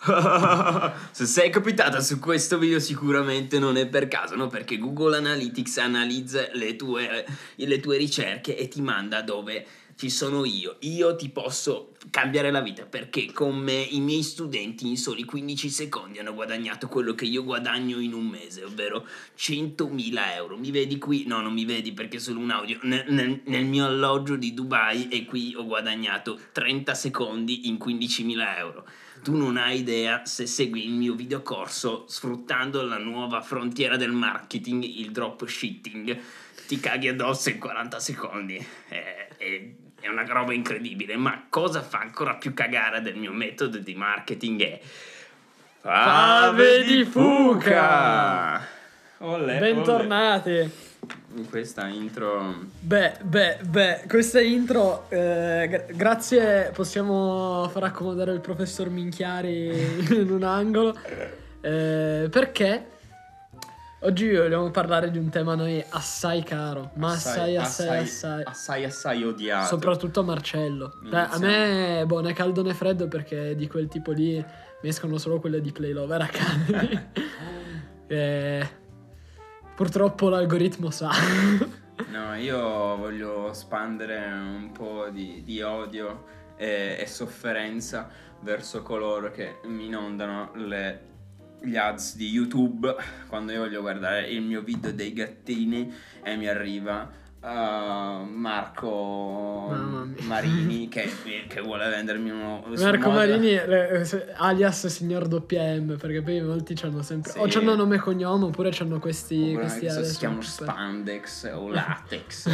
Se sei capitata su questo video sicuramente non è per caso, no? Perché Google Analytics analizza le tue ricerche e ti manda dove ci sono io. Io ti posso cambiare la vita perché con me i miei studenti in soli 15 secondi hanno guadagnato quello che io guadagno in un mese, ovvero 100.000 euro. Mi vedi qui? No, non mi vedi perché è solo un audio. Nel mio alloggio di Dubai e qui ho guadagnato 30 secondi in 15.000 euro. Tu non hai idea se segui il mio videocorso sfruttando la nuova frontiera del marketing, il dropshipping. Ti caghi addosso in 40 secondi. È una roba incredibile. Ma cosa fa ancora più cagare del mio metodo di marketing è Fave di Fuca! Olè, Bentornati! In questa intro... Questa intro, grazie, possiamo far accomodare il professor Minchiari in un angolo, perché oggi vogliamo parlare di un tema a noi assai caro, ma assai odiato. soprattutto a Marcello. A me, né caldo né freddo, perché di quel tipo lì mi escono solo quelle di Play Lover Academy. Purtroppo l'algoritmo sa. No, io voglio spandere un po' di odio e sofferenza verso coloro che mi inondano gli ads di YouTube quando io voglio guardare il mio video dei gattini e mi arriva Marco Marini che vuole vendermi uno Marco Marini alias signor WM, perché poi molti c'hanno sempre o c'hanno nome e cognome oppure c'hanno questi si chiamano Spandex o Latex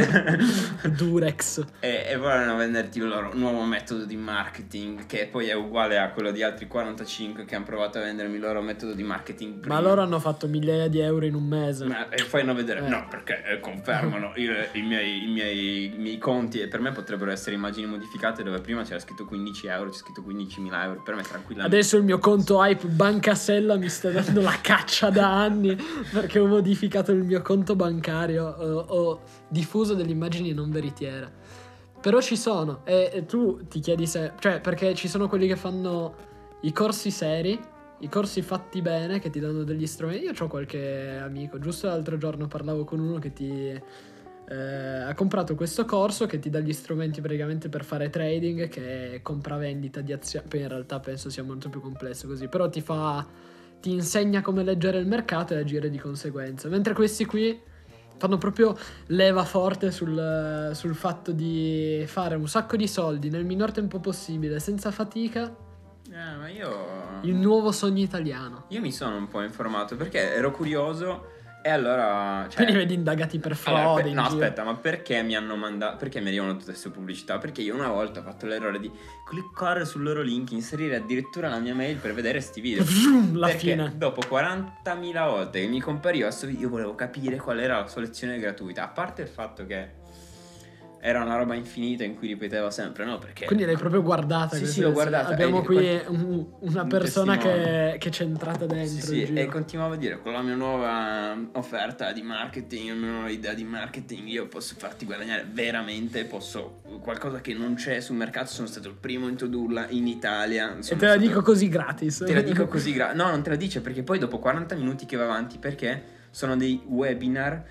Durex e vogliono venderti il loro nuovo metodo di marketing che poi è uguale a quello di altri 45 che hanno provato a vendermi il loro metodo di marketing prima. Ma loro hanno fatto migliaia di euro in un mese e fanno vedere no, perché confermano i miei conti e per me potrebbero essere immagini modificate dove prima c'era scritto 15 euro, c'è scritto 15.000 euro, per me tranquillamente. Adesso il mio conto Hype Banca Sella mi sta dando la caccia da anni perché ho modificato il mio conto bancario, ho diffuso delle immagini non veritiere, però ci sono e tu ti chiedi se, cioè, perché ci sono quelli che fanno i corsi seri, i corsi fatti bene che ti danno degli strumenti. Io ho qualche amico, giusto l'altro giorno parlavo con uno che ha comprato questo corso che ti dà gli strumenti praticamente per fare trading, che è compravendita di azioni. Poi in realtà penso sia molto più complesso così, però ti insegna come leggere il mercato e agire di conseguenza, mentre questi qui fanno proprio leva forte sul fatto di fare un sacco di soldi nel minor tempo possibile senza fatica. Ma io... Il nuovo sogno italiano. Io mi sono un po' informato perché ero curioso e allora... Quindi vedi indagati per frode. No, aspetta, ma perché mi hanno mandato... Perché mi arrivano tutte queste pubblicità? Perché io una volta ho fatto l'errore di cliccare sul loro link, inserire addirittura la mia mail per vedere sti video. Perché fine. Dopo 40.000 volte che mi compariva questo video, io volevo capire qual era la sua lezione gratuita. A parte il fatto che era una roba infinita in cui ripeteva sempre, no? Perché... Quindi l'hai proprio guardata? Sì, l'ho guardata. Abbiamo qui una persona che c'è entrata dentro. Sì, e continuava a dire, con la mia nuova offerta di marketing, la mia nuova idea di marketing, io posso farti guadagnare veramente, qualcosa che non c'è sul mercato, sono stato il primo a introdurla in Italia. E te la dico così gratis. Te la dico così gratis. No, non te la dice, perché poi dopo 40 minuti che va avanti, perché sono dei webinar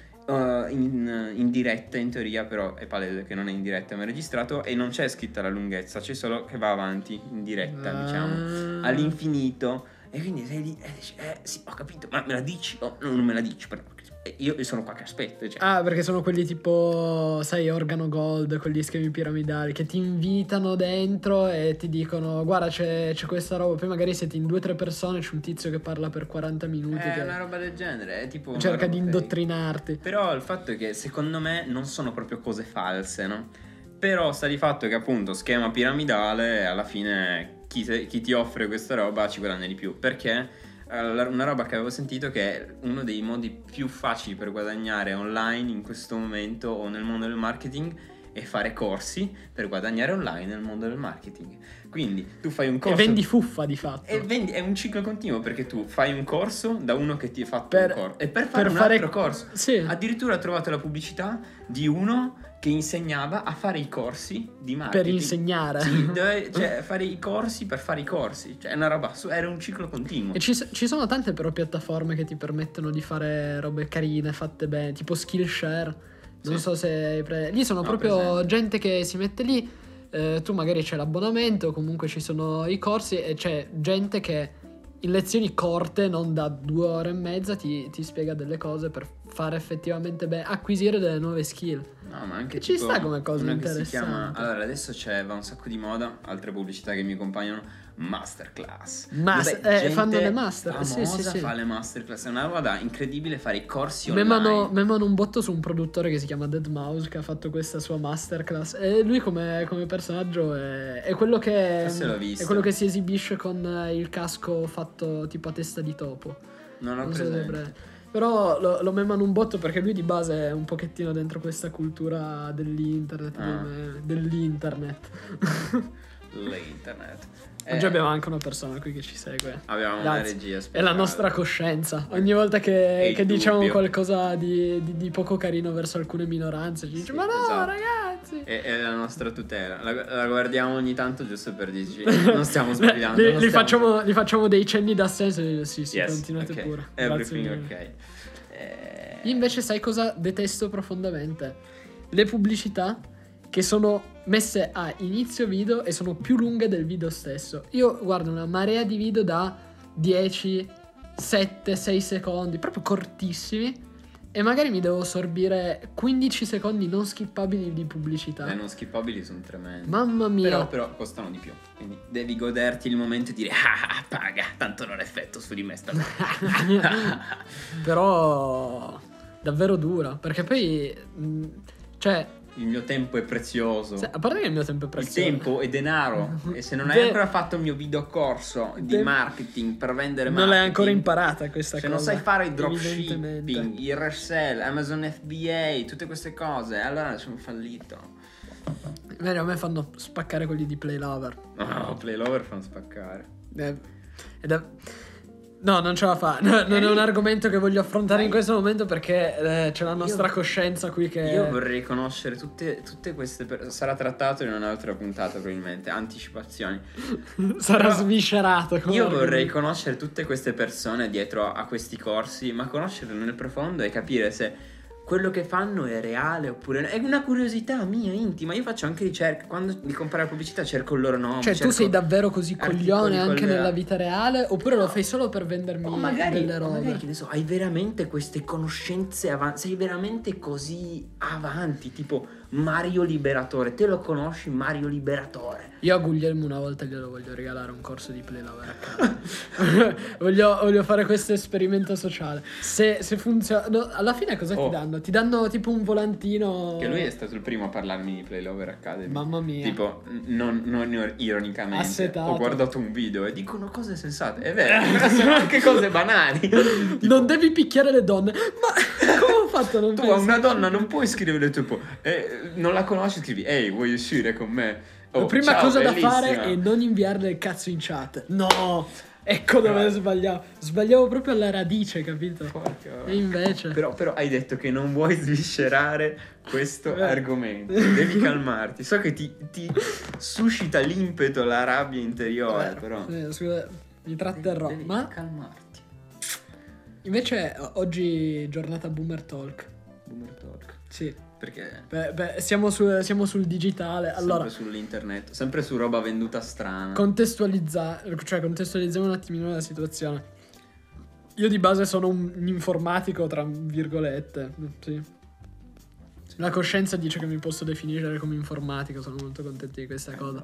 in diretta in teoria, però è palese che non è in diretta ma è registrato e non c'è scritta la lunghezza, c'è solo che va avanti in diretta diciamo all'infinito e quindi sei lì e dici sì, ho capito, ma me la dici o non me la dici? Però io sono qua che aspetto, cioè. Perché sono quelli tipo, sai, Organo Gold, quegli schemi piramidali che ti invitano dentro e ti dicono guarda c'è questa roba, poi magari siete in 2 o 3 persone, c'è un tizio che parla per 40 minuti è una roba del genere, è tipo cerca di indottrinarti. Però il fatto è che secondo me non sono proprio cose false, no? Però sta di fatto che appunto schema piramidale alla fine chi ti offre questa roba ci guadagna di più, perché una roba che avevo sentito che è uno dei modi più facili per guadagnare online in questo momento o nel mondo del marketing è fare corsi per guadagnare online nel mondo del marketing. Quindi tu fai un corso e vendi fuffa di fatto. È un ciclo continuo, perché tu fai un corso da uno che ti ha fatto un corso e per fare un altro corso. Sì. Addirittura ho trovato la pubblicità di uno che insegnava a fare i corsi di marketing. Per insegnare. Sì, cioè fare i corsi per fare i corsi. Cioè, è una roba, era un ciclo continuo. E ci sono tante però piattaforme che ti permettono di fare robe carine, fatte bene, tipo Skillshare. Non Sì. so se lì sono No, proprio presente. gente che si mette lì, tu magari c'è l'abbonamento, comunque ci sono i corsi e c'è gente che in lezioni corte, non da 2 ore e mezza, ti spiega delle cose per fare effettivamente bene, acquisire delle nuove skill. No, ma anche Che ci sta come cosa una che si interessante. chiama, allora adesso va un sacco di moda, altre pubblicità che mi accompagnano, masterclass. Fanno le master, famosa sì. fa le masterclass, è una roba incredibile fare i corsi Memano online. un botto su un produttore che si chiama Deadmau5 che ha fatto questa sua masterclass e lui come personaggio è quello che Forse l'ho visto. è quello che si esibisce con il casco fatto tipo a testa di topo. Non ho Non so se presente. pre- Però lo memano un botto perché lui di base è un pochettino dentro questa cultura dell'internet, dell'internet. L'internet. Oggi abbiamo anche una persona qui che ci segue. Abbiamo una Grazie. regia È speciale. la nostra coscienza. Ogni volta che il diciamo dubbio. qualcosa di poco carino verso alcune minoranze, ci dice: Sì, ma no, esatto. ragazzi! È la nostra tutela. La guardiamo ogni tanto giusto per dirci non stiamo sbagliando. Li facciamo dei cenni d'assenso e sì, Yes, continuate ok. pure. Everything Grazie mille. ok. Io invece sai cosa detesto profondamente? Le pubblicità che sono messe a inizio video e sono più lunghe del video stesso. Io guardo una marea di video da 10, 7, 6 secondi, proprio cortissimi, e magari mi devo sorbire 15 secondi non skippabili di pubblicità. Le non skippabili sono tremendi. Mamma mia. Però costano di più. Quindi devi goderti il momento e dire paga, tanto non effetto su di me sta Però davvero dura, perché poi cioè Il mio tempo è prezioso. a parte che il mio tempo è Il prezioso. tempo è denaro. E se non hai ancora fatto il mio videocorso di marketing per vendere non marketing, l'hai ancora imparata questa se cosa. non sai fare il evidentemente. dropshipping, il resell, Amazon FBA, tutte queste cose, allora sono fallito. Bene, a me fanno spaccare quelli di Play Lover. No, Playlover fanno spaccare. No, non ce la fa. Non è un argomento che voglio affrontare in questo momento perché c'è la nostra coscienza qui che... Io vorrei conoscere tutte queste sarà trattato in un'altra puntata probabilmente, anticipazioni. sarà Però sviscerato. come Io vorrei argomento. conoscere tutte queste persone dietro a questi corsi, ma conoscerle nel profondo e capire se quello che fanno è reale oppure no. È una curiosità mia intima. Io faccio anche ricerche. Quando mi compare la pubblicità cerco il loro nome. Cioè, tu cerco sei davvero così articoli coglione anche collegati. nella vita reale? Oppure lo fai solo per vendermi delle robe? magari, che ne so, hai veramente queste conoscenze avanti. Sei veramente così avanti. Tipo Mario Liberatore. Te lo conosci, Mario Liberatore? Io a Guglielmo una volta glielo voglio regalare un corso di Play Lover a casa. voglio fare questo esperimento sociale. Se funziona... no, alla fine cosa ti danno? Ti danno tipo un volantino... Che lui è stato il primo a parlarmi di Playlover Academy. Mamma mia. Tipo, non ironicamente. Assetato. Ho guardato un video e dicono cose sensate. È vero, però sono anche cose banali. Tipo, Non devi picchiare le donne. Ma come ho fatto a non tu a una donna non puoi scrivere tipo non la conosci, scrivi ehi, vuoi uscire con me? La Oh, prima ciao, cosa da bellissima. fare è non inviarle il cazzo in chat. No! Ecco dove sbagliavo. Sbagliavo proprio alla radice, capito? Porca. E invece... Però hai detto che non vuoi sviscerare questo argomento. Devi calmarti. So che ti suscita l'impeto, la rabbia interiore, però Scusa, mi tratterrò. devi Ma calmarti. invece oggi giornata Boomer Talk. Boomer Talk. Sì. Perché Siamo sul digitale. Allora, sempre sull'internet, sempre su roba venduta strana. contestualizziamo un attimino la situazione. Io di base sono un informatico, tra virgolette. Sì. La coscienza dice che mi posso definire come informatico, sono molto contento di questa cosa.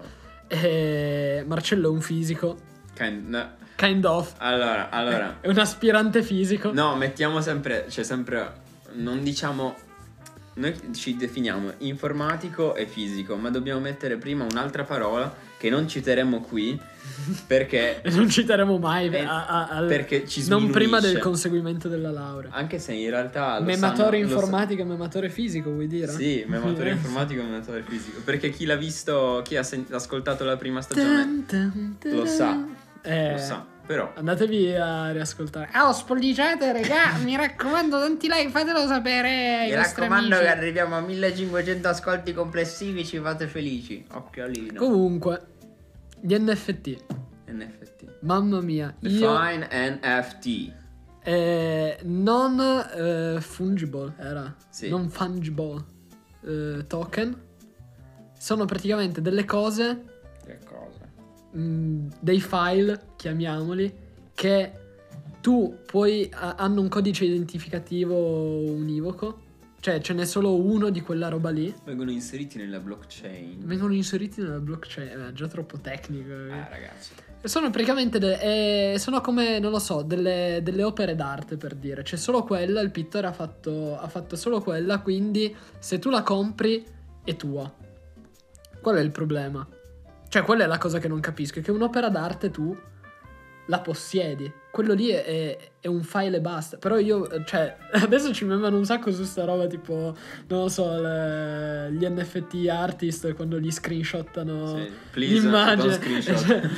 E Marcello è un fisico. Kind of. Allora. È un aspirante fisico. No, mettiamo sempre, non diciamo. Noi ci definiamo informatico e fisico, ma dobbiamo mettere prima un'altra parola che non citeremo qui perché E non citeremo mai perché ci non sminuisce. prima del conseguimento della laurea. Anche se in realtà Mematore lo informatico e mematore fisico, vuoi dire? Sì, mematore informatico e mematore fisico. Perché chi l'ha visto, chi ha ascoltato la prima stagione lo sa. Lo sa. Però Andatevi a riascoltare. Oh, spolliciate, regà, mi raccomando, tanti like, fatelo sapere ai mi vostri raccomando amici. che arriviamo a 1500 ascolti complessivi, ci fate felici. Occhiolino. Comunque, gli NFT. NFT. Mamma mia, Define NFT. non fungible era. Sì. Non fungible token. Sono praticamente delle cose, Che cosa? dei file, chiamiamoli, che tu puoi hanno un codice identificativo univoco. Cioè ce n'è solo uno di quella roba lì. Vengono inseriti nella blockchain. Vengono inseriti nella blockchain. È già troppo tecnico. Ragazzi. Sono praticamente sono come, non lo so, delle opere d'arte, per dire. C'è solo quella, il pittore ha fatto solo quella, quindi se tu la compri è tua. Qual è il problema? Cioè, quella è la cosa che non capisco, è che un'opera d'arte tu la possiedi. Quello lì è un file e basta. Però io, cioè, adesso ci memano un sacco su sta roba, tipo, non lo so, gli NFT artist quando gli screenshottano Sì, please, l'immagine. don't screenshot.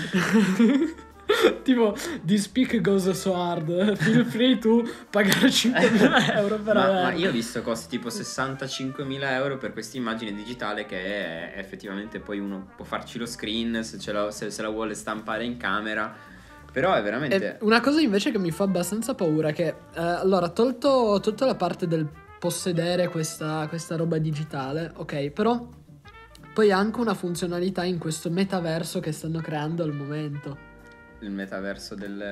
Tipo, this pic goes so hard. Feel free to pagare 5.000 euro per ma averlo. io ho visto costi tipo 65.000 euro per questa immagine digitale che effettivamente poi uno può farci lo screen se la vuole stampare in camera. Però è veramente... Una cosa invece che mi fa abbastanza paura è che, allora, tolto la parte del possedere questa roba digitale, ok, però poi ha anche una funzionalità in questo metaverso che stanno creando al momento. Il metaverso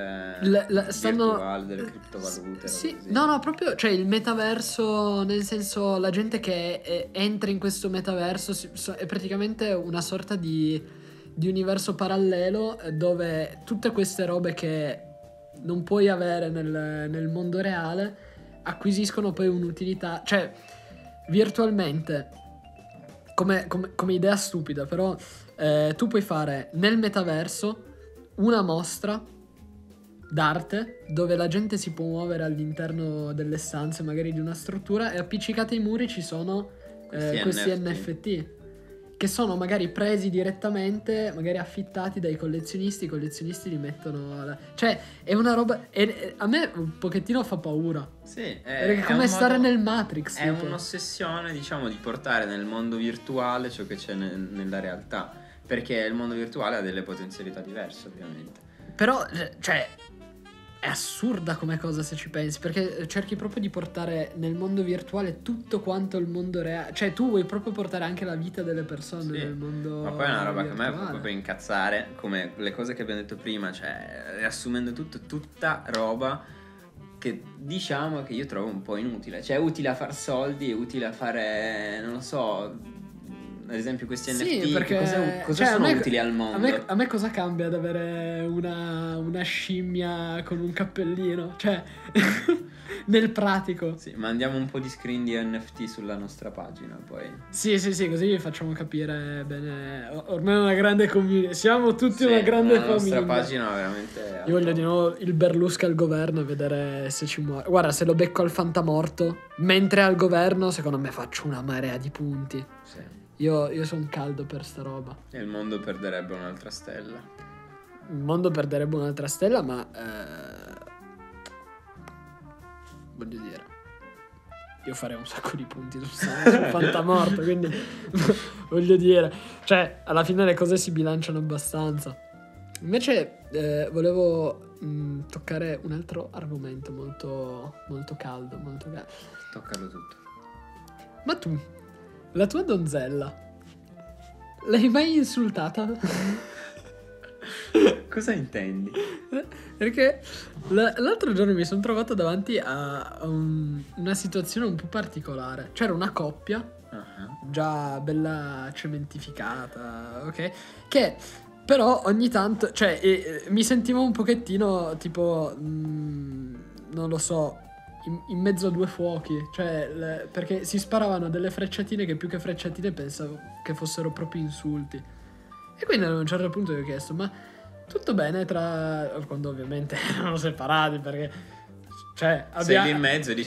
stanno virtuale, delle criptovalute. sì, così. no, proprio, cioè il metaverso, nel senso, la gente che entra in questo metaverso è praticamente una sorta di universo parallelo dove tutte queste robe che non puoi avere nel mondo reale acquisiscono poi un'utilità, cioè virtualmente, come idea stupida, però tu puoi fare nel metaverso una mostra d'arte dove la gente si può muovere all'interno delle stanze, magari di una struttura, e appiccicati ai muri ci sono questi NFT che sono magari presi direttamente, magari affittati dai collezionisti. I collezionisti li mettono cioè è una roba a me un pochettino fa paura. Sì, perché è come stare nel Matrix. È tipo. un'ossessione, diciamo, di portare nel mondo virtuale ciò che c'è nella realtà, perché il mondo virtuale ha delle potenzialità diverse, ovviamente. Però, cioè, è assurda come cosa se ci pensi, perché cerchi proprio di portare nel mondo virtuale tutto quanto il mondo reale. Cioè, tu vuoi proprio portare anche la vita delle persone Sì, nel mondo ma poi è una roba virtuale. che a me fa proprio incazzare, come le cose che abbiamo detto prima, cioè riassumendo tutta roba che diciamo che io trovo un po' inutile. Cioè è utile a far soldi, è utile a fare, non lo so, ad esempio questi Sì, NFT, perché cosa cioè, sono utili al mondo? A me cosa cambia ad avere una scimmia con un cappellino? Cioè, nel pratico. Sì, mandiamo un po' di screen di NFT sulla nostra pagina, poi. Sì, così vi facciamo capire bene. Ormai è una grande community. Siamo tutti una grande famiglia. La nostra pagina veramente. Io voglio di nuovo il Berlusca al governo e vedere se ci muore. Guarda, se lo becco al fantamorto mentre è al governo, secondo me faccio una marea di punti. Sì. Io sono caldo per sta roba. E il mondo perderebbe un'altra stella. Il mondo perderebbe un'altra stella, ma voglio dire, io farei un sacco di punti sul fantamorto, quindi voglio dire, cioè alla fine le cose si bilanciano abbastanza. Invece volevo toccare un altro argomento molto caldo, Toccalo tutto. Ma tu, la tua donzella, l'hai mai insultata? Cosa intendi? Perché l'altro giorno mi sono trovato davanti a una situazione un po' particolare. C'era una coppia, già bella cementificata, ok? Che però ogni tanto, cioè, mi sentivo un pochettino tipo, non lo so, in mezzo a due fuochi. Cioè, perché si sparavano delle frecciatine che più che frecciatine pensavo che fossero proprio insulti. E quindi ad un certo punto gli ho chiesto, ma tutto bene quando ovviamente erano separati, perché cioè sei lì in mezzo e dici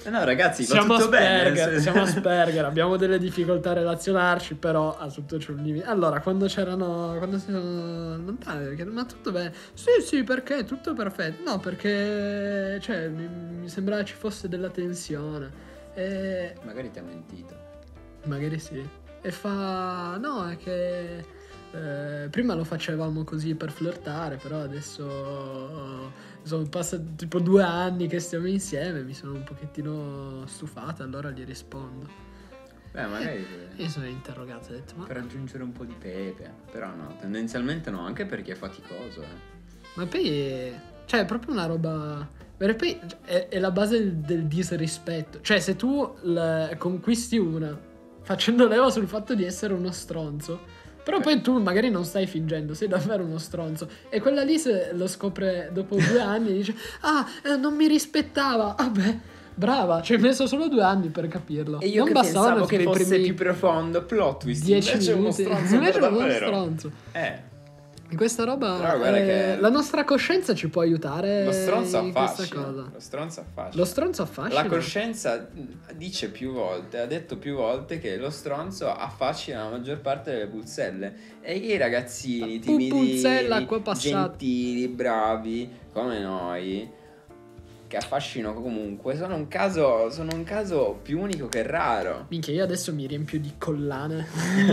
No, ragazzi, va Siamo tutto bene. Asperger, siamo Asperger, abbiamo delle difficoltà a relazionarci, però a tutto c'è un limite. Allora, quando si sono lontani, ma tutto bene. Sì, perché? Tutto perfetto. No, perché, cioè, mi sembrava ci fosse della tensione. E Magari ti ha mentito. magari sì. E fa, no, è che prima lo facevamo così per flirtare, però adesso sono passati tipo 2 anni che stiamo insieme, mi sono un pochettino stufato, allora gli rispondo. Beh, magari Io sono interrogato, ho detto, ma per aggiungere un po' di pepe. Però no, tendenzialmente no, anche perché è faticoso, Ma poi, cioè, è proprio una roba. E poi è la base del disrispetto. Cioè, se tu conquisti una facendo leva sul fatto di essere uno stronzo, però poi tu magari non stai fingendo, sei davvero uno stronzo. E quella lì se lo scopre dopo 2 anni e dice: non mi rispettava. Vabbè, brava, ci hai messo solo 2 anni per capirlo. E io non che bastavano pensavo che tipo i fosse primi più profondo, plot twist, 10 invece è uno minuti. stronzo Invece per è uno davvero. stronzo. E questa roba, Però guarda che la nostra coscienza ci può aiutare Lo stronzo in questa affascina. cosa. Lo stronzo affascina. Lo stronzo affascina. La coscienza dice più volte, ha detto più volte che lo stronzo affascina la maggior parte delle puzzelle. E i ragazzini Puzzella, timidini, acqua passata. gentili, bravi, come noi, che affascinano comunque, sono un caso più unico che raro. Minchia, io adesso mi riempio di collane.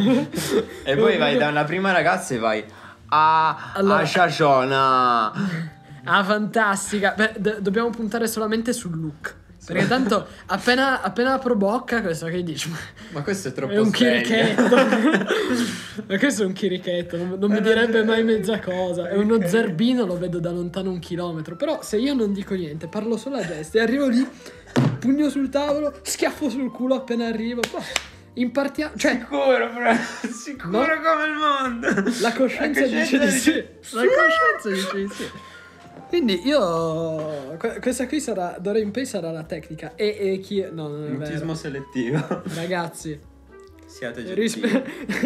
E poi vai da una prima ragazza e vai Allora- Ciaciona. Ah, fantastica. Beh, dobbiamo puntare solamente sul look. Perché tanto appena apro bocca, questo che dici? Ma questo è troppo È un sveglia. chirichetto. Ma questo è un chirichetto, non mi direbbe mai mezza cosa. È uno zerbino, lo vedo da lontano 1 chilometro. Però se io non dico niente, parlo solo a gesti, arrivo lì, pugno sul tavolo, schiaffo sul culo appena arrivo. Impartiamo, cioè, Sicuro, sicuro No. come il mondo. la coscienza dice di sì. La coscienza dice di sì. Quindi io questa qui sarà d'ora in poi sarà la tecnica. E chi no, non è Mutismo vero. selettivo. Ragazzi, Siate gentili.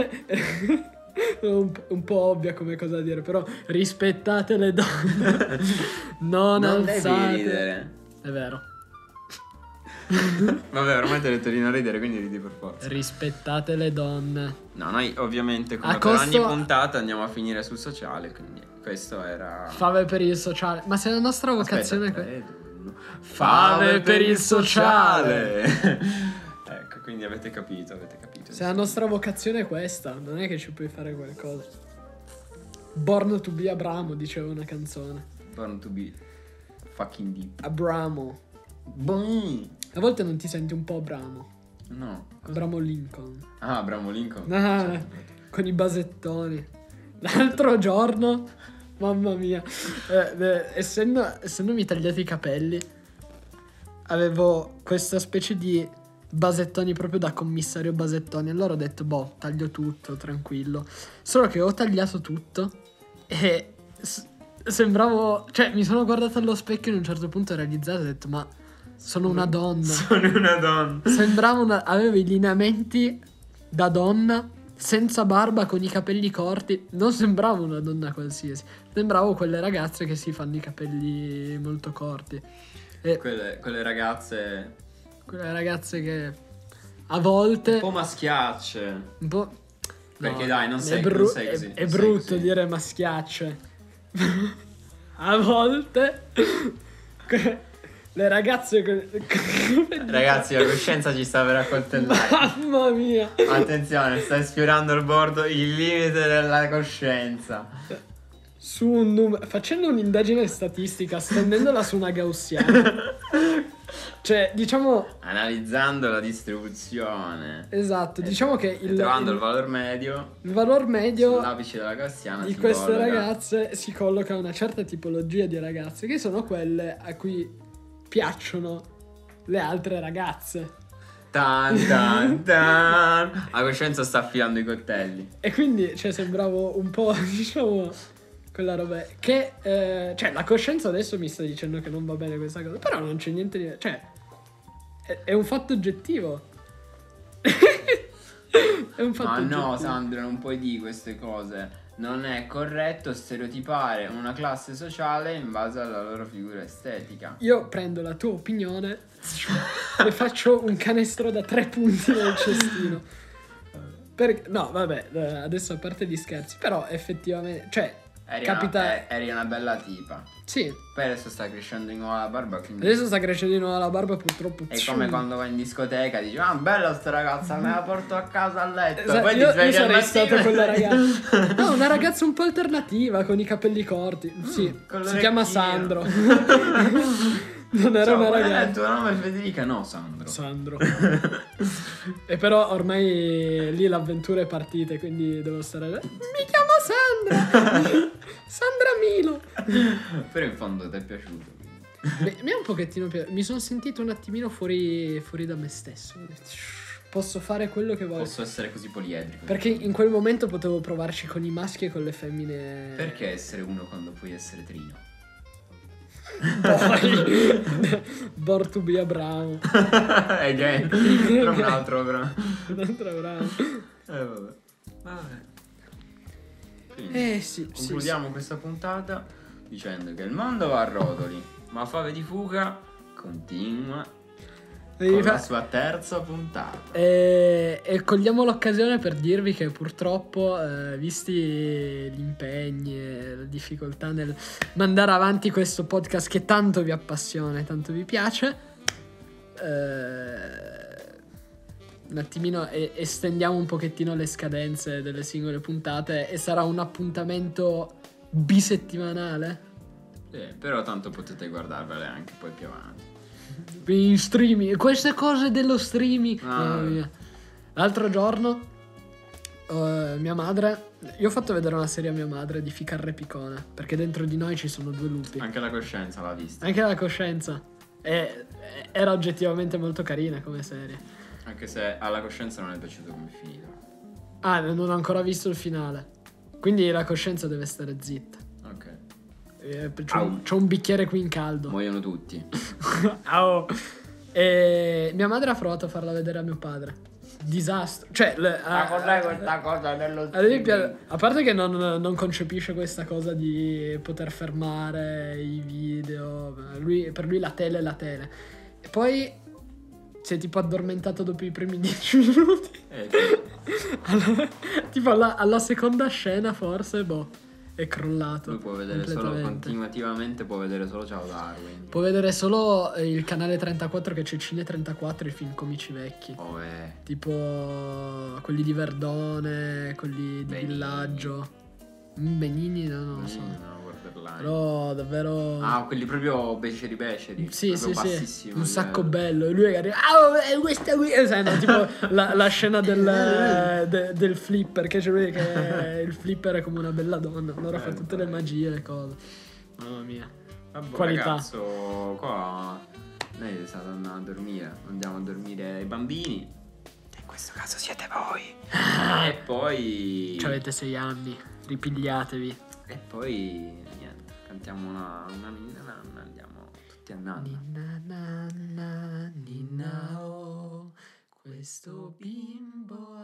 un po' ovvia come cosa dire, però rispettate le donne. Non Non devi alzate. ridere. È vero. Vabbè, ormai ti ho detto di non ridere, quindi ridi per forza. Rispettate le donne. No, noi ovviamente come A per costo- ogni puntata andiamo a finire sul sociale, quindi questo era... Fave per il sociale. Ma se la nostra vocazione Aspetta, è Fave per il sociale. Ecco, quindi avete capito. Se la nostra vocazione è questa, non è che ci puoi fare qualcosa. Born to be Abramo, diceva una canzone. Born to be fucking deep. Abramo. Boom. A volte non ti senti un po' Abramo. No. Abramo Lincoln. Ah, Abramo Lincoln. Ah, con i basettoni. L'altro giorno, mamma mia, essendomi tagliati i capelli, avevo questa specie di basettoni proprio da commissario basettoni. Allora ho detto, boh, taglio tutto, tranquillo. Solo che ho tagliato tutto e sembravo, cioè mi sono guardato allo specchio e in un certo punto ho realizzato e ho detto, ma sono una donna. Sono una donna. Sembrava avevo i lineamenti da donna, senza barba, con i capelli corti. Non sembravo una donna qualsiasi. Sembravo quelle ragazze che si fanno i capelli molto corti. E Quelle ragazze quelle ragazze che a volte un po' maschiacce. un po'. Perché dai, non sei è così, È non sei brutto così. dire maschiacce. A volte le ragazze Ragazzi, la coscienza ci sta per accoltellare. Mamma mia. Attenzione, stai sfiorando il limite della coscienza. Su un numero, facendo un'indagine statistica, stendendola su una gaussiana. Cioè, diciamo, Analizzando la distribuzione. esatto, diciamo che E trovando il valor medio il valor medio sull'apice della gaussiana di si queste colloca. ragazze si colloca a una certa tipologia di ragazze, che sono quelle a cui piacciono le altre ragazze. Tan tan tan. La coscienza sta affilando i coltelli. E quindi, cioè, sembravo un po', diciamo, quella roba che, cioè, la coscienza adesso mi sta dicendo che non va bene questa cosa, però non c'è niente di... Cioè, è un fatto oggettivo. È un fatto Ma no, oggettivo. Sandro, non puoi dire queste cose. Non è corretto stereotipare una classe sociale in base alla loro figura estetica. Io prendo la tua opinione e faccio un canestro da 3 punti nel cestino. No, vabbè, adesso a parte gli scherzi, però effettivamente, cioè, capita... Eri una bella tipa. Sì, Poi adesso sta crescendo di nuovo la barba, quindi... adesso sta crescendo di nuovo la barba, purtroppo. È come quando vai in discoteca e dici ah bella sta ragazza, me la porto a casa a letto. Esatto, Poi io ti svegli al sarei mattino stato quella ragazza. No, una ragazza un po' alternativa, con i capelli corti. Sì, con si chiama l'orecchino. Sandro. Non era Ciao, una qual è il ragazza. tuo nome Federica? No, Sandro. Sandro. E però ormai lì l'avventura è partita, quindi devo stare... Mi chiamo Sandra! Sandra Milo! Però in fondo ti è piaciuto. Mi è un pochettino mi sono sentito un attimino fuori da me stesso. Posso fare quello che voglio. Posso essere così poliedrico. Perché in quel momento potevo provarci con i maschi e con le femmine. Perché essere uno quando puoi essere trino? Poi Born to be a Brown. Again. Però un altro però. Un altro Brown. Vabbè. Quindi, Sì. concludiamo questa puntata dicendo che il mondo va a rotoli, ma Fave di Fuga continua con la sua terza puntata. E cogliamo l'occasione per dirvi che purtroppo, visti gli impegni e la difficoltà nel mandare avanti questo podcast che tanto vi appassiona e tanto vi piace, un attimino estendiamo un pochettino le scadenze delle singole puntate e sarà un appuntamento bisettimanale. Però tanto potete guardarvele anche poi più avanti. In streaming, queste cose dello streaming. Ah. Mamma mia. L'altro giorno mia madre, io ho fatto vedere una serie a mia madre di Ficarre Picone, perché dentro di noi ci sono 2 lupi. Anche la coscienza l'ha vista. Anche la coscienza. Era oggettivamente molto carina come serie. Anche se alla coscienza non è piaciuto come è finito. Ah, non ho ancora visto il finale. Quindi la coscienza deve stare zitta. Ok. C'ho un bicchiere qui in caldo. Muoiono tutti. Au. E mia madre ha provato a farla vedere a mio padre. Disastro. Cioè, cos'è questa cosa dello ad esempio, a parte che non concepisce questa cosa di poter fermare i video. Per lui la tele è la tele. E poi si è tipo addormentato dopo i primi 10 minuti. Tipo alla seconda scena forse, è crollato. Lui può vedere solo continuativamente, può vedere solo Ciao Darwin. Può vedere solo il canale 34, che c'è Cine 34, i film comici vecchi. Tipo quelli di Verdone, quelli di Benigni. Villaggio. Benigni non lo so. No, Borderline. Però davvero... Quelli proprio beceri. Sì, proprio sì, bassissimo un sacco livello. bello. E lui che arriva, questa qui, sai, no, tipo la scena del flipper, che c'è lui che il flipper è come una bella donna. Allora fa tutte le magie, le cose. Mamma mia. Vabbè, Qualità. ragazzo, qua noi state andando a dormire. Andiamo a dormire i bambini. In questo caso siete voi. E poi Avete 6 anni, ripigliatevi. E poi niente, cantiamo una ninna nanna, andiamo tutti a nanna. Ninna nanna, ninna oh, questo bimbo